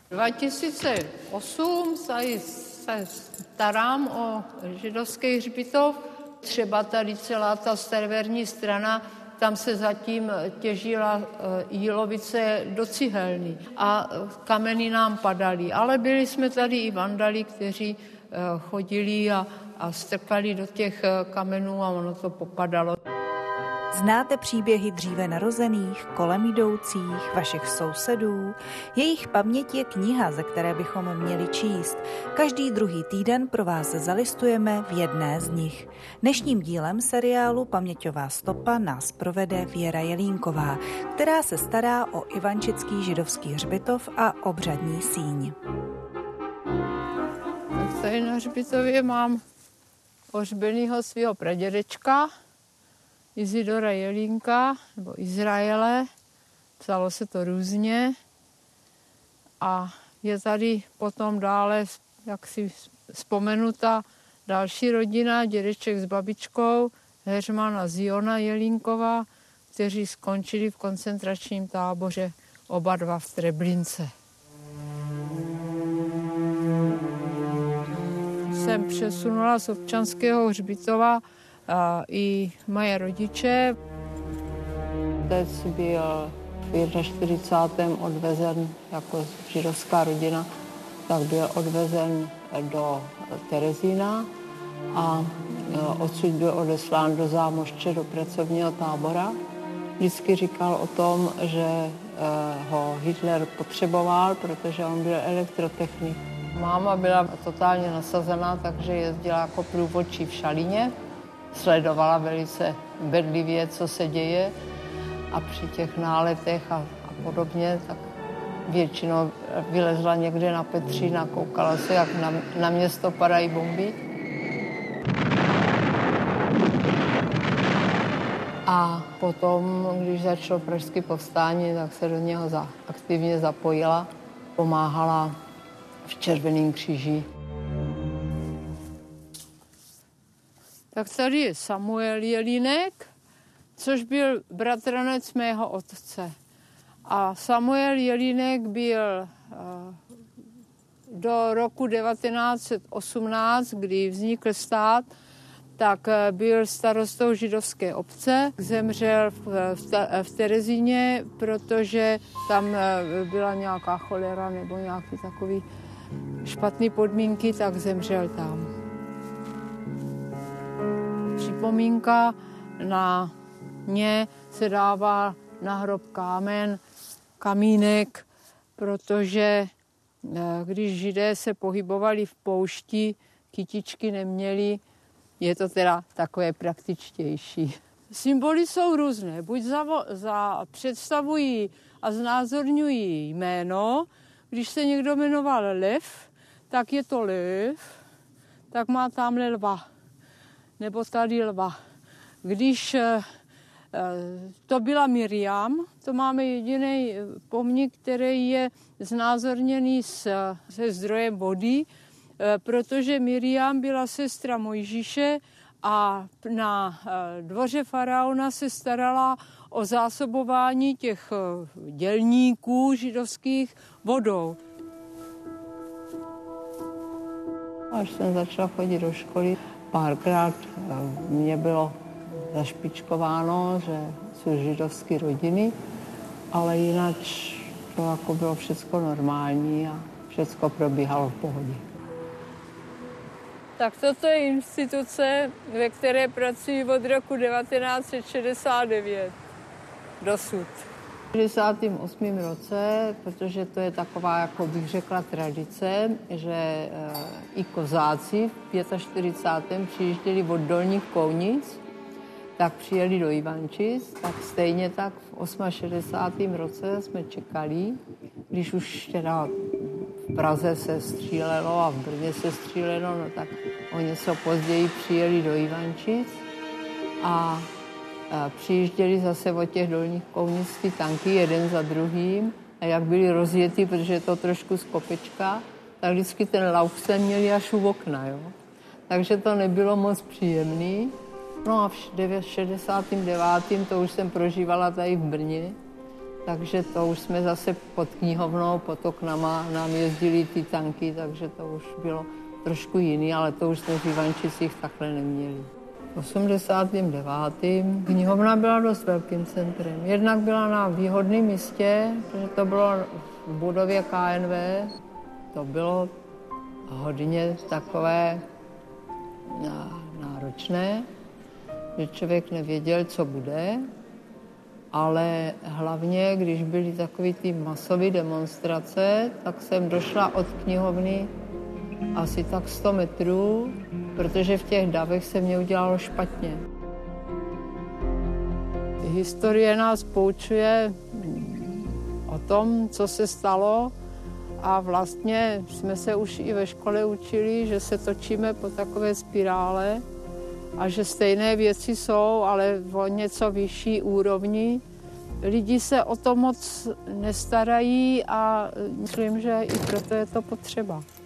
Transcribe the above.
2008 tady se starám o židovský hřbitov. Třeba tady celá ta severní strana, tam se zatím těžila jílovice do cihelny a kameny nám padaly. Ale byli jsme tady i vandali, kteří chodili a strkali do těch kamenů a ono to popadalo. Znáte příběhy dříve narozených, kolem jdoucích, vašich sousedů? Jejich paměť je kniha, ze které bychom měli číst. Každý druhý týden pro vás zalistujeme v jedné z nich. Dnešním dílem seriálu Paměťová stopa nás provede Věra Jelínková, která se stará o ivančický židovský hřbitov a obřadní síň. Tak tady na hřbitově mám pohřbenýho svého pradědečka, Izidora Jelínka, nebo Izraele, psalo se to různě. A je tady potom dále, jak si vzpomenuta, další rodina, dědeček s babičkou, Heřman a Ziona Jelínková, kteří skončili v koncentračním táboře oba dva v Treblince. Jsem přesunula z občanského hřbitova i moje rodiče. Otec byl v 41. odvezen jako židovská rodina, tak byl odvezen do Terezína a odsud byl odeslán do Zámošče, do pracovního tábora. Vždycky říkal o tom, že ho Hitler potřeboval, protože on byl elektrotechnik. Máma byla totálně nasazená, takže jezdila jako průvodčí v Šalíně. Sledovala velice bedlivě, co se děje a při těch náletech a podobně, tak většinou vylezla někde na Petřín a koukala se, jak na město padají bomby. A potom, když začalo pražské povstání, tak se do něho aktivně zapojila, pomáhala v Červeném kříži. Tak tady je Samuel Jelínek, což byl bratranec mého otce. A Samuel Jelínek byl do roku 1918, kdy vznikl stát, tak byl starostou židovské obce. Zemřel v Terezíně, protože tam byla nějaká cholera nebo nějaké takové špatné podmínky, tak zemřel tam. Připomínka na ně se dává na hrob kamínek, protože když Židé se pohybovali v poušti, kytičky neměli, je to teda takové praktičtější. Symboly jsou různé, buď představují a znázorňují jméno, když se někdo jmenoval Lev, tak je to lev, tak má tamhle lva. Nebo tady lva. Když to byla Miriam, to máme jediný pomník, který je znázorněný se zdrojem vody, protože Miriam byla sestra Mojžíše a na dvoře faraona se starala o zásobování těch dělníků židovských vodou. Až jsem začala chodit do školy, párkrát mě bylo zašpičkováno, že jsou židovské rodiny, ale jinak to jako bylo všechno normální a všechno probíhalo v pohodě. Tak toto je instituce, ve které pracuji od roku 1969 dosud. V 68. roce, protože to je taková, jako bych řekla, tradice, že i kozáci v 45. přijížděli od Dolních Kounic, tak přijeli do Ivančic, tak stejně tak v 68. roce jsme čekali, když už teda v Praze se střílelo a v Brně se střílelo, no tak o něco později přijeli do Ivančic a přijížděli zase od těch Dolních Kounic ty tanky jeden za druhým a jak byli rozjetý, protože je to trošku z kopečka, tak vždycky ten lauf se měli až u okna, jo. Takže to nebylo moc příjemný. No a v 69. to už jsem prožívala tady v Brně, takže to už jsme zase pod knihovnou, pod oknama, nám jezdily ty tanky, takže to už bylo trošku jiný, ale to už jsme v Ivančicích takhle neměli. V 89. knihovna byla dost velkým centrem. Jednak byla na výhodném místě, protože to bylo v budově KNV. To bylo hodně takové náročné, že člověk nevěděl, co bude, ale hlavně, když byly takové ty masové demonstrace, tak jsem došla od knihovny asi tak 100 metrů, protože v těch davech se mě udělalo špatně. Historie nás poučuje o tom, co se stalo, a vlastně jsme se už i ve škole učili, že se točíme po takové spirále a že stejné věci jsou, ale o něco vyšší úrovni. Lidi se o to moc nestarají a myslím, že i proto je to potřeba.